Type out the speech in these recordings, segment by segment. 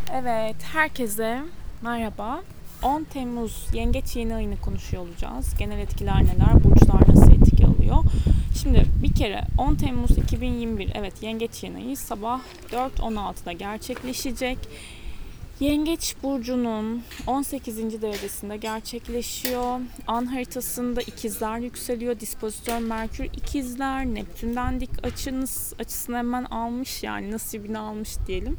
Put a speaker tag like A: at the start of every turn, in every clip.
A: Evet, herkese merhaba. 10 Temmuz Yengeç yeni ayını konuşuyor olacağız. Genel etkiler neler, burçlar nasıl etki alıyor? Şimdi bir kere 10 Temmuz 2021, evet Yengeç yeni ayı sabah 4.16'da gerçekleşecek. Yengeç burcunun 18. derecesinde gerçekleşiyor. An haritasında ikizler yükseliyor. Dispozitör Merkür ikizler. Neptün'den dik açısını hemen almış, yani nasibini almış diyelim.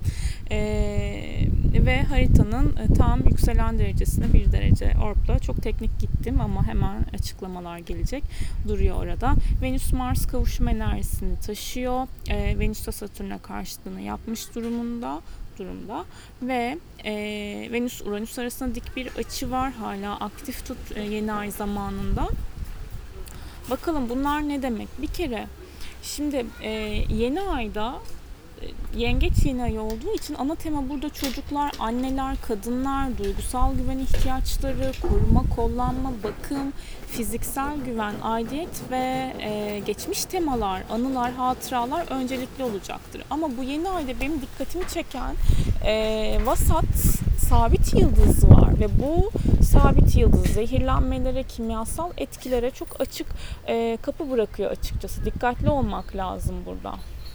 A: Ve haritanın tam yükselen derecesine 1 derece Orp'la. Çok teknik gittim ama hemen açıklamalar gelecek. Duruyor orada. Venüs Mars kavuşum enerjisini taşıyor. Venüs de Satürn'e karşıtlığını yapmış durumda ve Venüs Uranüs arasında dik bir açı var, hala aktif yeni ay zamanında. Bakalım bunlar ne demek? Bir kere şimdi yeni ayda Yengeç yeni ay olduğu için ana tema burada çocuklar, anneler, kadınlar, duygusal güven ihtiyaçları, koruma, kollanma, bakım, fiziksel güven, aidiyet ve geçmiş temalar, anılar, hatıralar öncelikli olacaktır. Ama bu yeni ayda benim dikkatimi çeken vasat sabit yıldız var ve bu sabit yıldız zehirlenmelere, kimyasal etkilere çok açık kapı bırakıyor açıkçası. Dikkatli olmak lazım burada.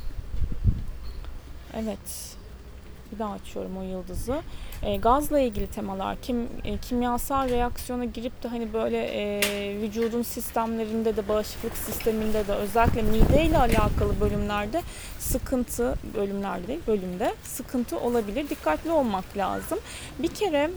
A: Evet. Bir daha açıyorum o yıldızı. Gazla ilgili temalar, kimyasal reaksiyona girip de hani böyle vücudun sistemlerinde de, bağışıklık sisteminde de, özellikle mideyle alakalı bölümlerde bölümde sıkıntı olabilir. Dikkatli olmak lazım. Bir kere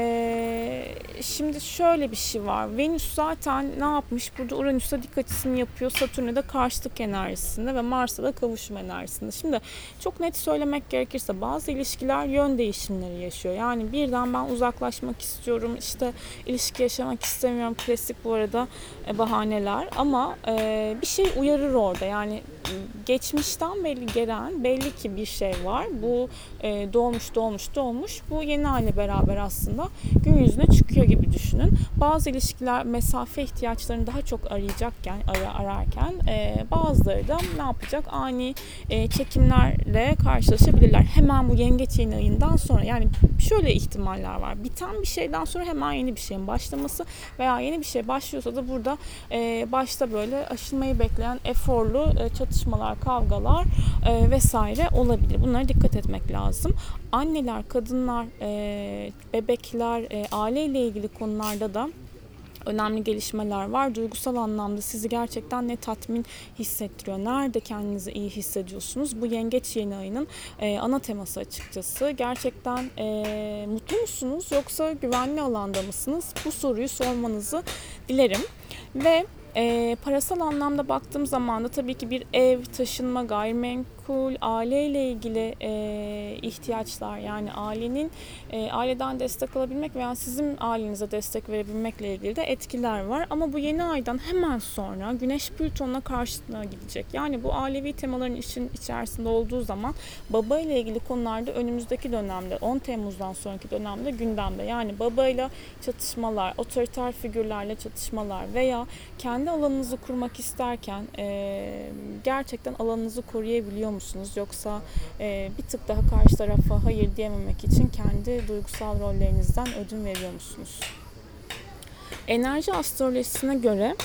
A: şimdi şöyle bir şey var. Venüs zaten ne yapmış? Burada Uranüs'e dik açısını yapıyor. Satürn'e de karşıtlık enerjisinde ve Mars'a da kavuşum enerjisinde. Şimdi çok net söylemek gerekirse bazı ilişkiler yön değişimleri yaşıyor. Yani birden ben uzaklaşmak istiyorum, işte ilişki yaşamak istemiyorum. Klasik bu arada bahaneler ama bir şey uyarır orada. Yani geçmişten belli ki bir şey var. Bu doğmuş. Bu yeni ayla beraber aslında gün yüzüne çıkıyor gibi düşünün. Bazı ilişkiler mesafe ihtiyaçlarını daha çok ararken bazıları da ne yapacak? Ani çekimlerle karşılaşabilirler. Hemen bu yengeç yeni ayından sonra, yani şöyle ihtimaller var. Biten bir şeyden sonra hemen yeni bir şeyin başlaması veya yeni bir şey başlıyorsa da burada başta böyle aşılmayı bekleyen eforlu çatışmalar, kavgalar vesaire olabilir. Bunlara dikkat etmek lazım. Anneler, kadınlar, bebekler, aileyle ilgili konularda da önemli gelişmeler var. Duygusal anlamda sizi gerçekten ne tatmin hissettiriyor? Nerede kendinizi iyi hissediyorsunuz? Bu yengeç yeni ayının ana teması açıkçası. Gerçekten mutlu musunuz yoksa güvenli alanda mısınız? Bu soruyu sormanızı dilerim. Ve parasal anlamda baktığım zaman da tabii ki bir ev, taşınma, gayrimenkul, aileyle ilgili ihtiyaçlar, yani aileden destek alabilmek veya sizin ailenize destek verebilmekle ilgili de etkiler var. Ama bu yeni aydan hemen sonra Güneş Plüton'la karşıtlığa gidecek. Yani bu ailevi temaların işin içerisinde olduğu zaman baba ile ilgili konularda önümüzdeki dönemde, 10 Temmuz'dan sonraki dönemde gündemde. Yani babayla çatışmalar, otoriter figürlerle çatışmalar veya kendi alanınızı kurmak isterken gerçekten alanınızı koruyabiliyor musunuz? Yoksa bir tık daha karşı tarafa hayır diyememek için kendi duygusal rollerinizden ödün veriyor musunuz? Enerji astrolojisine göre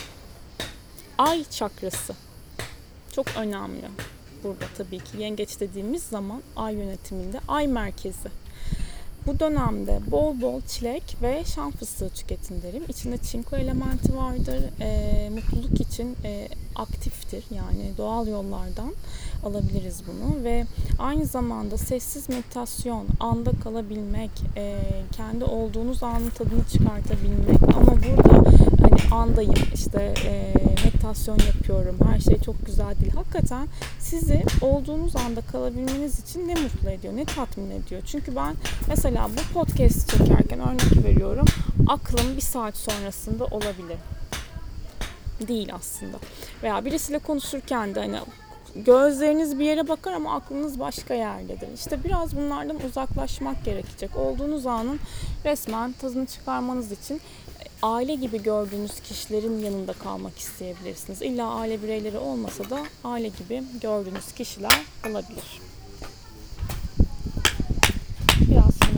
A: ay çakrası çok önemli. Burada tabii ki yengeç dediğimiz zaman ay yönetiminde ay merkezi. Bu dönemde bol bol çilek ve şan fıstığı tüketin derim. İçinde çinko elementi vardır. Mutluluk için aktiftir. Yani doğal yollardan alabiliriz bunu. Ve aynı zamanda sessiz meditasyon, anda kalabilmek, kendi olduğunuz anın tadını çıkartabilmek. Ama burada hani andayım, işte meditasyon yapıyorum, her şey çok güzel değil. Hakikaten sizi olduğunuz anda kalabilmeniz için ne mutlu ediyor, ne tatmin ediyor. Çünkü ben mesela bu podcast çekerken örnek veriyorum, aklım bir saat sonrasında olabilir. Değil aslında. Veya birisiyle konuşurken de hani gözleriniz bir yere bakar ama aklınız başka yerdedir. İşte biraz bunlardan uzaklaşmak gerekecek. Olduğunuz anın resmen tadını çıkarmanız için aile gibi gördüğünüz kişilerin yanında kalmak isteyebilirsiniz. İlla aile bireyleri olmasa da aile gibi gördüğünüz kişiler olabilir. Biraz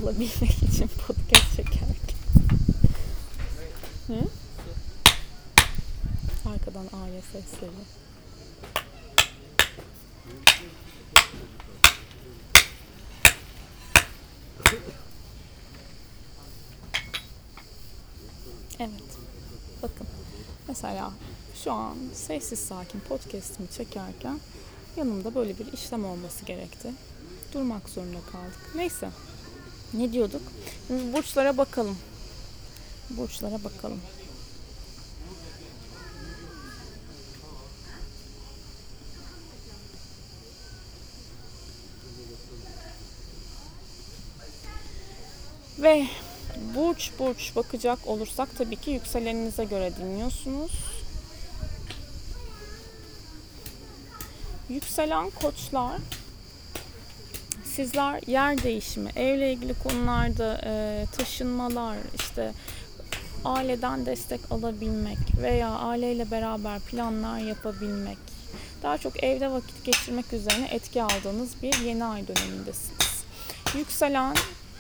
A: alabilmek için podcast çekerken. Hı? Arkadan aile sesleri. Evet. Bakın. Mesela şu an sessiz sakin podcast'imi çekerken yanımda böyle bir işlem olması gerekti. Durmak zorunda kaldık. Neyse. Ne diyorduk? Şimdi burçlara bakalım. Burçlara bakalım. Ve burç bakacak olursak tabii ki yükseleninize göre dinliyorsunuz. Yükselen koçlar, sizler yer değişimi, evle ilgili konularda taşınmalar, işte aileden destek alabilmek veya aileyle beraber planlar yapabilmek, daha çok evde vakit geçirmek üzerine etki aldığınız bir yeni ay dönemindesiniz. Yükselen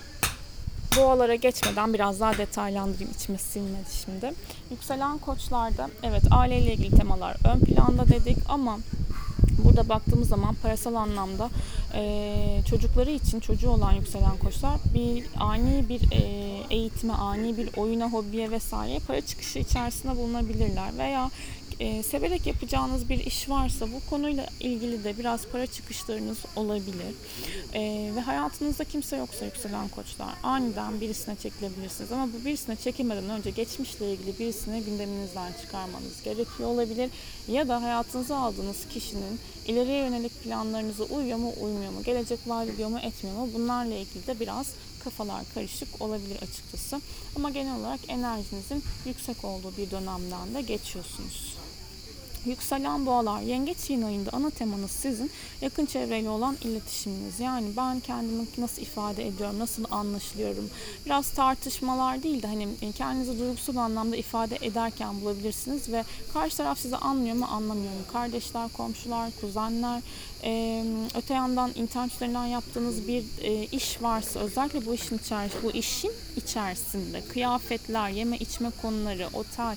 A: boğalara geçmeden biraz daha detaylandırayım, içime sinmedi şimdi. Yükselen koçlarda evet aileyle ilgili temalar ön planda dedik ama burada baktığımız zaman parasal anlamda çocukları için çocuğu olan yükselen koçlar ani bir eğitime, ani bir oyuna, hobiye vesaire para çıkışı içerisinde bulunabilirler veya severek yapacağınız bir iş varsa bu konuyla ilgili de biraz para çıkışlarınız olabilir. Ve hayatınızda kimse yoksa yükselen koçlar aniden birisine çekilebilirsiniz. Ama bu birisine çekilmeden önce geçmişle ilgili birisini gündeminizden çıkarmanız gerekiyor olabilir. Ya da hayatınıza aldığınız kişinin ileriye yönelik planlarınıza uyuyor mu, uymuyor mu, gelecek vaat ediyor mu, etmiyor mu, bunlarla ilgili de biraz kafalar karışık olabilir açıkçası. Ama genel olarak enerjinizin yüksek olduğu bir dönemden de geçiyorsunuz. Yükselen boğalar, yengeç yeni ayında ana temanız sizin yakın çevreyle olan iletişiminiz. Yani ben kendimi nasıl ifade ediyorum, nasıl anlaşılıyorum. Biraz tartışmalar değil de hani kendinizi duygusal anlamda ifade ederken bulabilirsiniz ve karşı taraf sizi anlıyor mu, anlamıyor mu? Kardeşler, komşular, kuzenler, öte yandan internet üzerinden yaptığınız bir iş varsa özellikle bu işin içerisinde kıyafetler, yeme içme konuları, otel,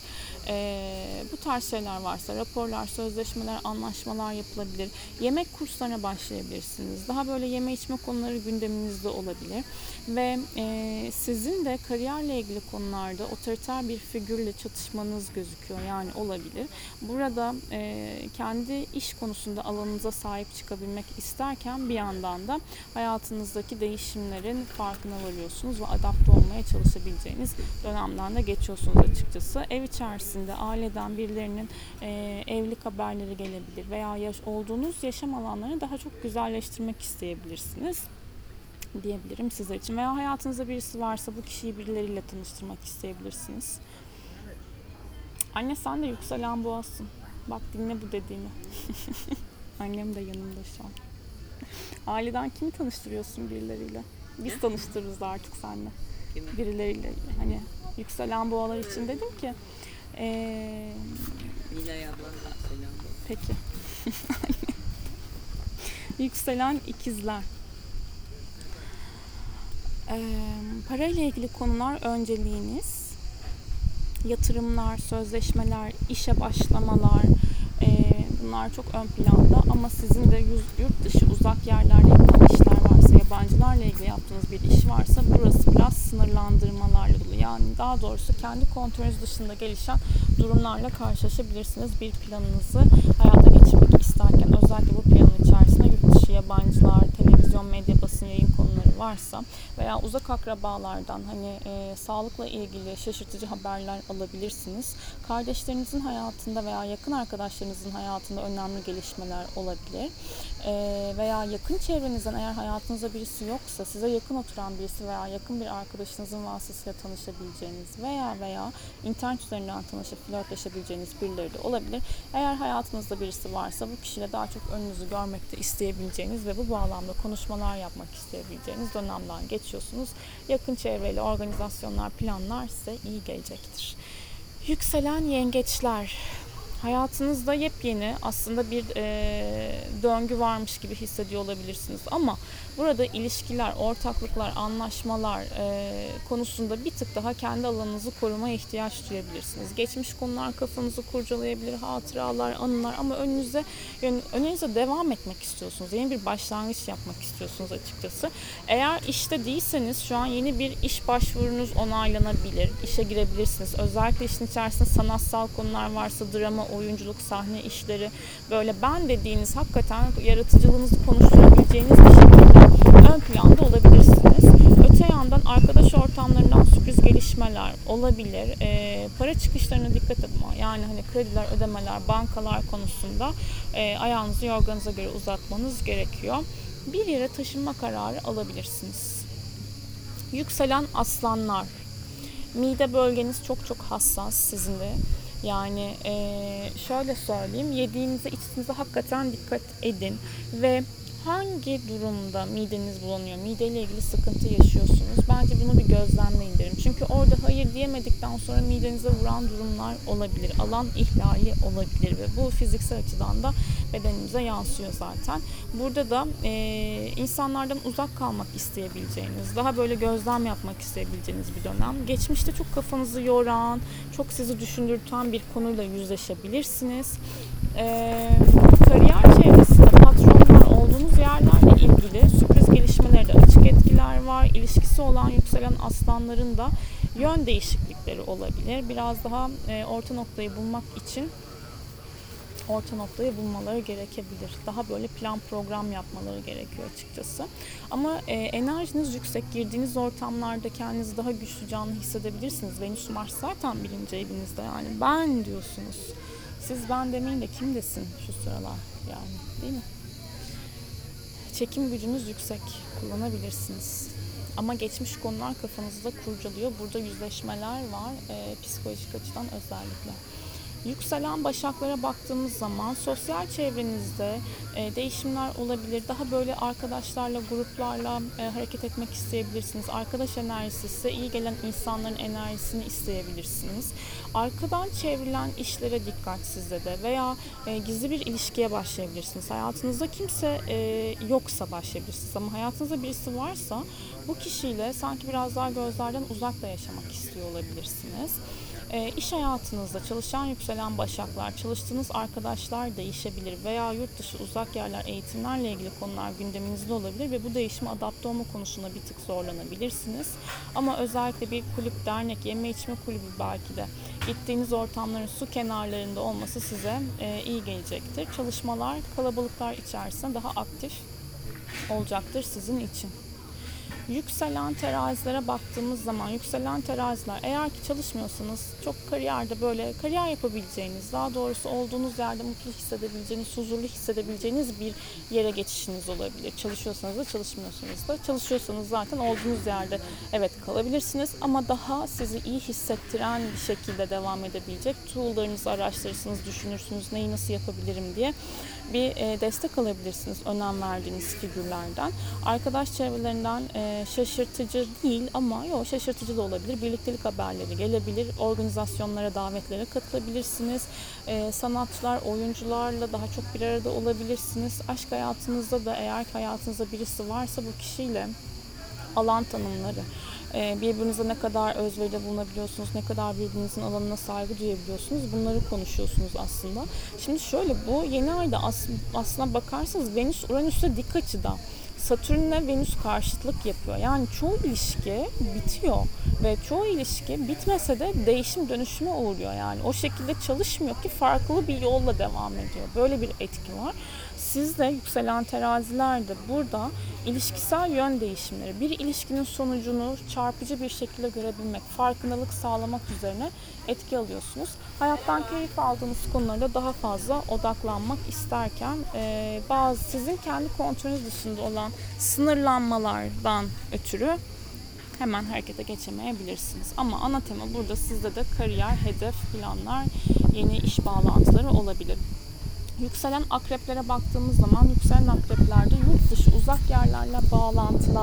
A: bu tarz şeyler varsa raporlar, sözleşmeler, anlaşmalar yapılabilir. Yemek kurslarına başlayabilirsiniz. Daha böyle yeme içme konuları gündeminizde olabilir. Ve sizin de kariyerle ilgili konularda otoriter bir figürle çatışmanız gözüküyor. Yani olabilir. Burada kendi iş konusunda alanınıza sahip çıkabilmek isterken bir yandan da hayatınızdaki değişimlerin farkına varıyorsunuz ve adapte olmaya çalışabileceğiniz dönemden de geçiyorsunuz açıkçası. Ev içerisinde aileden birilerinin evlilik haberleri gelebilir veya olduğunuz yaşam alanlarını daha çok güzelleştirmek isteyebilirsiniz diyebilirim sizler için. Veya hayatınızda birisi varsa bu kişiyi birileriyle tanıştırmak isteyebilirsiniz. Anne sen de yükselen boğasın. Bak dinle bu dediğimi. Annem de yanımda şu an. Aileden kimi tanıştırıyorsun birileriyle? Biz tanıştırırız artık seninle. Birileriyle hani yükselen boğalar için dedim ki
B: Nilay ablam da selam.
A: Peki. Yükselen ikizler. Parayla ilgili konular önceliğiniz. Yatırımlar, sözleşmeler, işe başlamalar, bunlar çok ön planda ama sizin de yurt dışı uzak yerlerde yapılan işler varsa, yabancılarla ilgili yaptığınız bir iş varsa burası biraz sınırlandırmalarla dolu. Yani daha doğrusu kendi kontrolünüz dışında gelişen durumlarla karşılaşabilirsiniz. Bir planınızı hayata geçirmek isterken özellikle bu planın içerisinde yurt dışı yabancılar, televizyon, medya, basın yayın konuları varsa veya uzak akrabalardan hani sağlıkla ilgili şaşırtıcı haberler alabilirsiniz. Kardeşlerinizin hayatında veya yakın arkadaşlarınızın hayatında önemli gelişmeler olabilir. Veya yakın çevrenizden eğer hayatınızda birisi yoksa size yakın oturan birisi veya yakın bir arkadaşınızın vasıtasıyla tanışabileceğiniz veya internet üzerinden tanışıp flörtleşebileceğiniz birileri de olabilir. Eğer hayatınızda birisi varsa bu kişiyle daha çok önünüzü görmek de isteyebileceğiniz ve bu bağlamda konuşmalar yapmak isteyebileceğiniz dönemden geçiyorsunuz. Yakın çevreyle organizasyonlar, planlar size iyi gelecektir. Yükselen yengeçler. Hayatınızda yepyeni aslında bir döngü varmış gibi hissediyor olabilirsiniz. Ama burada ilişkiler, ortaklıklar, anlaşmalar konusunda bir tık daha kendi alanınızı korumaya ihtiyaç duyabilirsiniz. Geçmiş konular kafanızı kurcalayabilir, hatıralar, anılar, ama önünüze devam etmek istiyorsunuz. Yeni bir başlangıç yapmak istiyorsunuz açıkçası. Eğer işte değilseniz şu an yeni bir iş başvurunuz onaylanabilir. İşe girebilirsiniz. Özellikle işin içerisinde sanatsal konular varsa, drama, oyunculuk, sahne işleri, böyle ben dediğiniz, hakikaten yaratıcılığınızı konuşturabileceğiniz bir şekilde ön planda olabilirsiniz. Öte yandan arkadaş ortamlarından sürpriz gelişmeler olabilir. Para çıkışlarına dikkat edin. Yani hani krediler, ödemeler, bankalar konusunda ayağınızı yorganınıza göre uzatmanız gerekiyor. Bir yere taşınma kararı alabilirsiniz. Yükselen aslanlar. Mide bölgeniz çok çok hassas sizin de. Yani şöyle söyleyeyim, yediğinize içtiğinize hakikaten dikkat edin ve hangi durumda mideniz bulanıyor, mideyle ilgili sıkıntı yaşıyorsunuz, bence bunu bir gözlemleyin derim. Çünkü orada hayır diyemedikten sonra midenize vuran durumlar olabilir, alan ihlali olabilir ve bu fiziksel açıdan da bedenimize yansıyor zaten. Burada da insanlardan uzak kalmak isteyebileceğiniz, daha böyle gözlem yapmak isteyebileceğiniz bir dönem. Geçmişte çok kafanızı yoran, çok sizi düşündürten bir konuyla yüzleşebilirsiniz. Kariyer çevresinde patronlar olduğunuz yerlerle ilgili sürpriz gelişmelerde açık etkiler var. İlişkisi olan yükselen aslanların da yön değişiklikleri olabilir. Biraz daha orta noktayı bulmak için orta noktayı bulmaları gerekebilir. Daha böyle plan program yapmaları gerekiyor açıkçası. Ama enerjiniz yüksek, girdiğiniz ortamlarda kendinizi daha güçlü, canlı hissedebilirsiniz. Venüs Mars zaten 1. evinizde, yani ben diyorsunuz. Siz ben demeyin de kim desin şu sıralar, yani değil mi? Çekim gücünüz yüksek, kullanabilirsiniz. Ama geçmiş konular kafanızda kurcalıyor. Burada yüzleşmeler var, psikolojik açıdan özellikle. Yükselen Başaklara baktığımız zaman sosyal çevrenizde değişimler olabilir. Daha böyle arkadaşlarla, gruplarla hareket etmek isteyebilirsiniz. Arkadaş enerjisi, size iyi gelen insanların enerjisini isteyebilirsiniz. Arkadan çevrilen işlere dikkat sizde de, veya gizli bir ilişkiye başlayabilirsiniz. Hayatınızda kimse yoksa başlayabilirsiniz, ama hayatınızda birisi varsa bu kişiyle sanki biraz daha gözlerden uzak da yaşamak istiyor olabilirsiniz. İş hayatınızda çalışan yükselen Başaklar, çalıştığınız arkadaşlar değişebilir veya yurt dışı, uzak yerler, eğitimlerle ilgili konular gündeminizde olabilir ve bu değişime adapte olma konusunda bir tık zorlanabilirsiniz. Ama özellikle bir kulüp, dernek, yeme içme kulübü, belki de gittiğiniz ortamların su kenarlarında olması size iyi gelecektir. Çalışmalar, kalabalıklar içerisinde daha aktif olacaktır sizin için. Yükselen terazilere baktığımız zaman, yükselen teraziler, eğer ki çalışmıyorsanız çok kariyerde böyle kariyer yapabileceğiniz, daha doğrusu olduğunuz yerde mutlu hissedebileceğiniz, huzurlu hissedebileceğiniz bir yere geçişiniz olabilir. Çalışıyorsanız da, çalışmıyorsanız da. Çalışıyorsanız zaten olduğunuz yerde evet kalabilirsiniz, ama daha sizi iyi hissettiren bir şekilde devam edebilecek tool'larınızı araştırırsınız, düşünürsünüz, neyi nasıl yapabilirim diye bir destek alabilirsiniz önem verdiğiniz figürlerden. Arkadaş çevrelerinden şaşırtıcı değil ama şaşırtıcı da olabilir. Birliktelik haberleri gelebilir. Organizasyonlara, davetlere katılabilirsiniz. Sanatçılar, oyuncularla daha çok bir arada olabilirsiniz. Aşk hayatınızda da, eğer hayatınızda birisi varsa, bu kişiyle alan tanımları, birbirinize ne kadar özveride bulunabiliyorsunuz, ne kadar birbirinizin alanına saygı duyabiliyorsunuz, bunları konuşuyorsunuz aslında. Şimdi şöyle, bu yeni ayda aslına bakarsanız Venüs Uranüs'te dik açıda. Satürn'le Venüs karşıtlık yapıyor. Yani çoğu ilişki bitiyor ve çoğu ilişki bitmese de değişim dönüşüme uğruyor. Yani o şekilde çalışmıyor ki, farklı bir yolla devam ediyor. Böyle bir etki var. Siz de yükselen teraziler de burada ilişkisel yön değişimleri, bir ilişkinin sonucunu çarpıcı bir şekilde görebilmek, farkındalık sağlamak üzerine etki alıyorsunuz. Hayattan keyif aldığınız konulara daha fazla odaklanmak isterken bazı sizin kendi kontrolünüz dışında olan sınırlanmalardan ötürü hemen harekete geçemeyebilirsiniz. Ama ana tema burada sizde de kariyer, hedef, planlar, yeni iş bağlantıları olabilir. Yükselen akreplere baktığımız zaman, yükselen akreplerde yurt dışı, uzak yerlerle bağlantılar,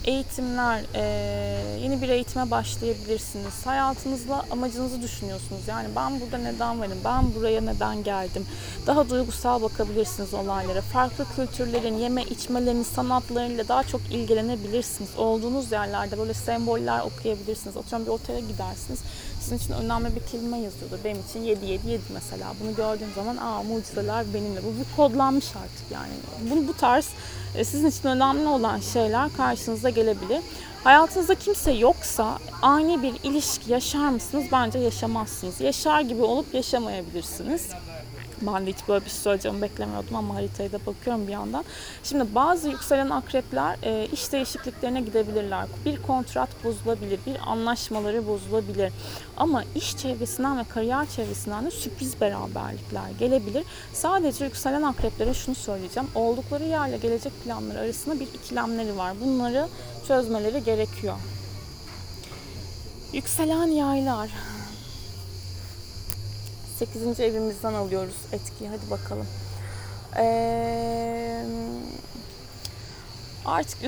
A: eğitimler, yeni bir eğitime başlayabilirsiniz. Hayatınızla amacınızı düşünüyorsunuz. Yani ben burada neden varım, ben buraya neden geldim? Daha duygusal bakabilirsiniz olaylara. Farklı kültürlerin, yeme içmelerin, sanatlarıyla daha çok ilgilenebilirsiniz. Olduğunuz yerlerde böyle semboller okuyabilirsiniz. Atıyorum bir otele gidersiniz. Sizin için önemli bir kelime yazıyordur. Benim için 777 mesela. Bunu gördüğüm zaman mucizeler benimle. Bu bir kodlanmış artık yani. Bu tarz sizin için önemli olan şeyler karşınıza gelebilir. Hayatınızda kimse yoksa ani bir ilişki yaşar mısınız? Bence yaşamazsınız. Yaşar gibi olup yaşamayabilirsiniz. Ben de hiç böyle bir şey söyleyeceğimi beklemiyordum ama haritaya da bakıyorum bir yandan. Şimdi bazı yükselen akrepler iş değişikliklerine gidebilirler. Bir kontrat bozulabilir, bir anlaşmaları bozulabilir. Ama iş çevresinden ve kariyer çevresinden de sürpriz beraberlikler gelebilir. Sadece yükselen akreplere şunu söyleyeceğim. Oldukları yerle gelecek planları arasında bir ikilemleri var. Bunları çözmeleri gerekiyor. Yükselen yaylar. 8. evimizden alıyoruz etkiyi. Hadi bakalım. Artık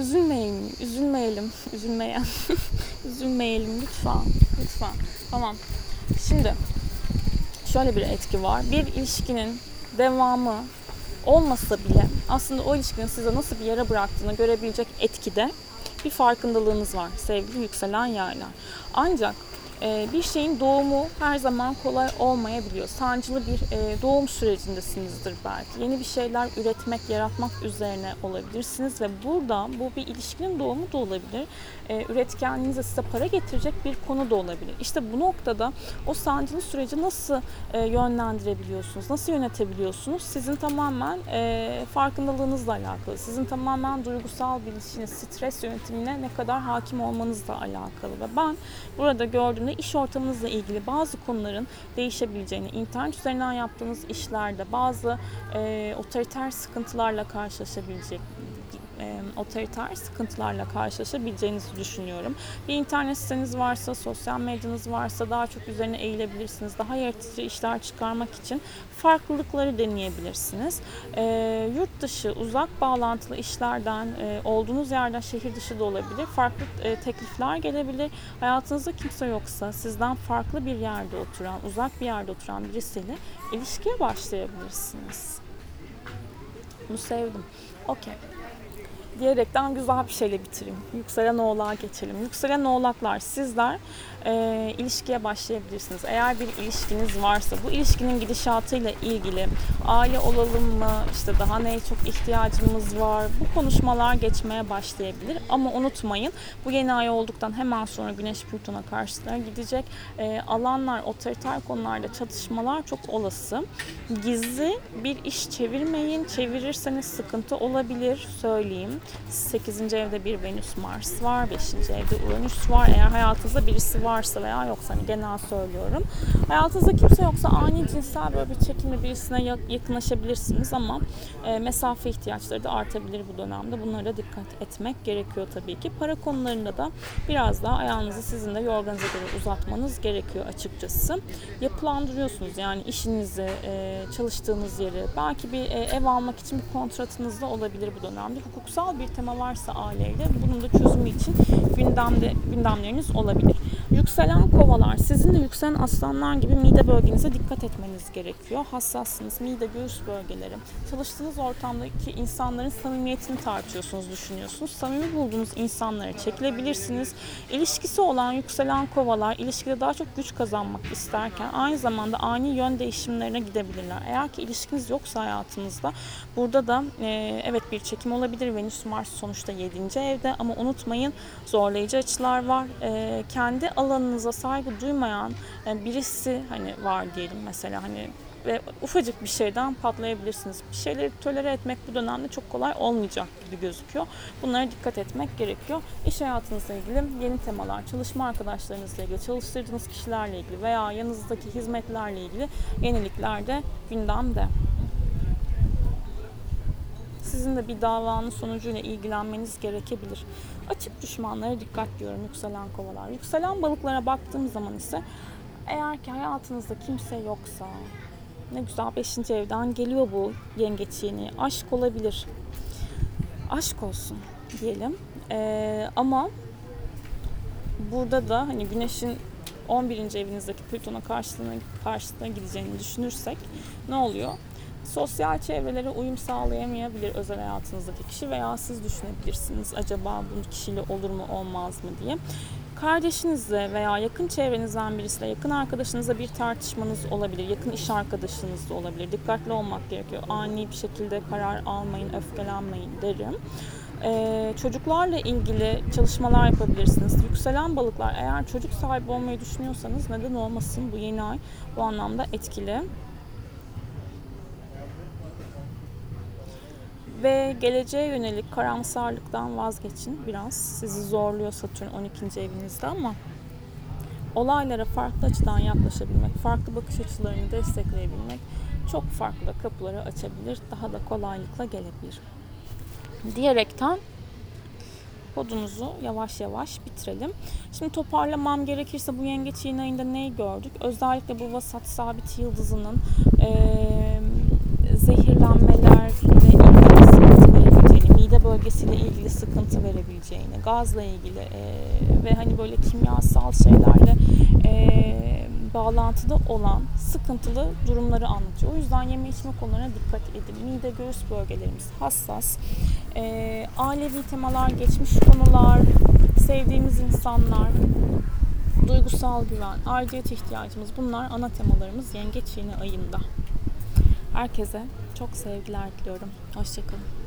A: üzülmeyelim lütfen. Tamam. Şimdi şöyle bir etki var. Bir ilişkinin devamı olmasa bile aslında o ilişkinin size nasıl bir yere bıraktığını görebilecek etkide bir farkındalığınız var sevgili yükselen yaylar. Ancak bir şeyin doğumu her zaman kolay olmayabiliyor. Sancılı bir doğum sürecindesinizdir belki. Yeni bir şeyler üretmek, yaratmak üzerine olabilirsiniz ve burada bu bir ilişkinin doğumu da olabilir. Üretkenliğinize size para getirecek bir konu da olabilir. İşte bu noktada o sancılı süreci nasıl yönlendirebiliyorsunuz, nasıl yönetebiliyorsunuz? Sizin tamamen farkındalığınızla alakalı. Sizin tamamen duygusal bilişiniz, stres yönetimine ne kadar hakim olmanızla alakalı. Ve ben burada gördüğümde iş ortamınızla ilgili bazı konuların değişebileceğini, internet üzerinden yaptığınız işlerde bazı otoriter sıkıntılarla karşılaşabileceğinizi düşünüyorum. Bir internet siteniz varsa, sosyal medyanız varsa daha çok üzerine eğilebilirsiniz. Daha yaratıcı işler çıkarmak için farklılıkları deneyebilirsiniz. Yurt dışı, uzak bağlantılı işlerden, olduğunuz yerden şehir dışı da olabilir. Farklı teklifler gelebilir. Hayatınızda kimse yoksa sizden farklı bir yerde oturan, uzak bir yerde oturan birisiyle ilişkiye başlayabilirsiniz. Bunu sevdim. Okey. Diyerekten güzel bir şeyle bitireyim. Yükselen oğlağa geçelim. Yükselen oğlaklar, sizler ilişkiye başlayabilirsiniz. Eğer bir ilişkiniz varsa bu ilişkinin gidişatıyla ilgili aile olalım mı, işte daha neye çok ihtiyacımız var, bu konuşmalar geçmeye başlayabilir. Ama unutmayın, bu yeni ay olduktan hemen sonra Güneş Plüton'a karşıtına gidecek. Alanlar, otoriter konularda çatışmalar çok olası. Gizli bir iş çevirmeyin. Çevirirseniz sıkıntı olabilir, söyleyeyim. 8. evde bir Venüs Mars var, 5. evde Uranüs var. Eğer hayatınızda birisi varsa veya yoksa, hani genel söylüyorum. Hayatınızda kimse yoksa ani cinsel böyle bir çekimle birisine yakınlaşabilirsiniz ama mesafe ihtiyaçları da artabilir bu dönemde. Bunlara dikkat etmek gerekiyor tabii ki. Para konularında da biraz daha ayağınızı sizin de yorganınıza göre uzatmanız gerekiyor açıkçası. Yapılandırıyorsunuz yani işinizi, çalıştığınız yeri, belki bir ev almak için bir kontratınız da olabilir bu dönemde. Hukuksal bir tema varsa aileyle bunun da çözümü için gündemleriniz olabilir. Yükselen kovalar, sizin de yükselen aslanlar gibi mide bölgenize dikkat etmeniz gerekiyor. Hassassınız, mide, göğüs bölgeleri. Çalıştığınız ortamdaki insanların samimiyetini tartıyorsunuz, düşünüyorsunuz. Samimi bulduğunuz insanlara çekilebilirsiniz. İlişkisi olan yükselen kovalar, ilişkide daha çok güç kazanmak isterken aynı zamanda ani yön değişimlerine gidebilirler. Eğer ki ilişkiniz yoksa hayatınızda, burada da evet bir çekim olabilir. Venüs Mars sonuçta 7. evde ama unutmayın zorlayıcı açılar var. Kendi alanınıza saygı duymayan birisi hani var diyelim mesela, hani ve ufacık bir şeyden patlayabilirsiniz. Bir şeyleri tolere etmek bu dönemde çok kolay olmayacak gibi gözüküyor. Bunlara dikkat etmek gerekiyor. İş hayatınızla ilgili yeni temalar, çalışma arkadaşlarınızla ilgili, çalıştırdığınız kişilerle ilgili veya yanınızdaki hizmetlerle ilgili yenilikler de gündemde. Sizin de bir davanın sonucuyla ilgilenmeniz gerekebilir. Açık düşmanlara dikkat diyorum yükselen kovalar. Yükselen balıklara baktığım zaman ise eğer ki hayatınızda kimse yoksa, ne güzel 5. evden geliyor bu yengeç yeni. Aşk olabilir. Aşk olsun diyelim. Ama burada da hani Güneş'in 11. evinizdeki Plüton'a karşısına gideceğini düşünürsek ne oluyor? Sosyal çevrelere uyum sağlayamayabilir özel hayatınızdaki kişi veya siz düşünebilirsiniz acaba bu kişiyle olur mu olmaz mı diye. Kardeşinizle veya yakın çevrenizden birisiyle, yakın arkadaşınızla bir tartışmanız olabilir, yakın iş arkadaşınız da olabilir. Dikkatli olmak gerekiyor. Ani bir şekilde karar almayın, öfkelenmeyin derim. Çocuklarla ilgili çalışmalar yapabilirsiniz. Yükselen balıklar, eğer çocuk sahibi olmayı düşünüyorsanız neden olmasın, bu yeni ay bu anlamda etkili. Ve geleceğe yönelik karamsarlıktan vazgeçin. Biraz sizi zorluyor Satürn 12. evinizde ama olaylara farklı açıdan yaklaşabilmek, farklı bakış açılarını destekleyebilmek çok farklı kapıları açabilir. Daha da kolaylıkla gelebilir. Diyerekten podumuzu yavaş yavaş bitirelim. Şimdi toparlamam gerekirse bu yengeç yeni ayında neyi gördük? Özellikle bu vasat sabit yıldızının zehirlenmelerle ilgili sıkıntı verebileceğini, mide bölgesiyle ilgili sıkıntı verebileceğini, gazla ilgili ve hani böyle kimyasal şeylerle bağlantıda olan sıkıntılı durumları anlatıyor. O yüzden yeme içme konularına dikkat edin. Mide, göğüs bölgelerimiz hassas. Ailevi temalar, geçmiş konular, sevdiğimiz insanlar, duygusal güven, aidiyet ihtiyacımız, bunlar ana temalarımız yengeç yeni ayında. Herkese çok sevgiler diliyorum. Hoşça kalın.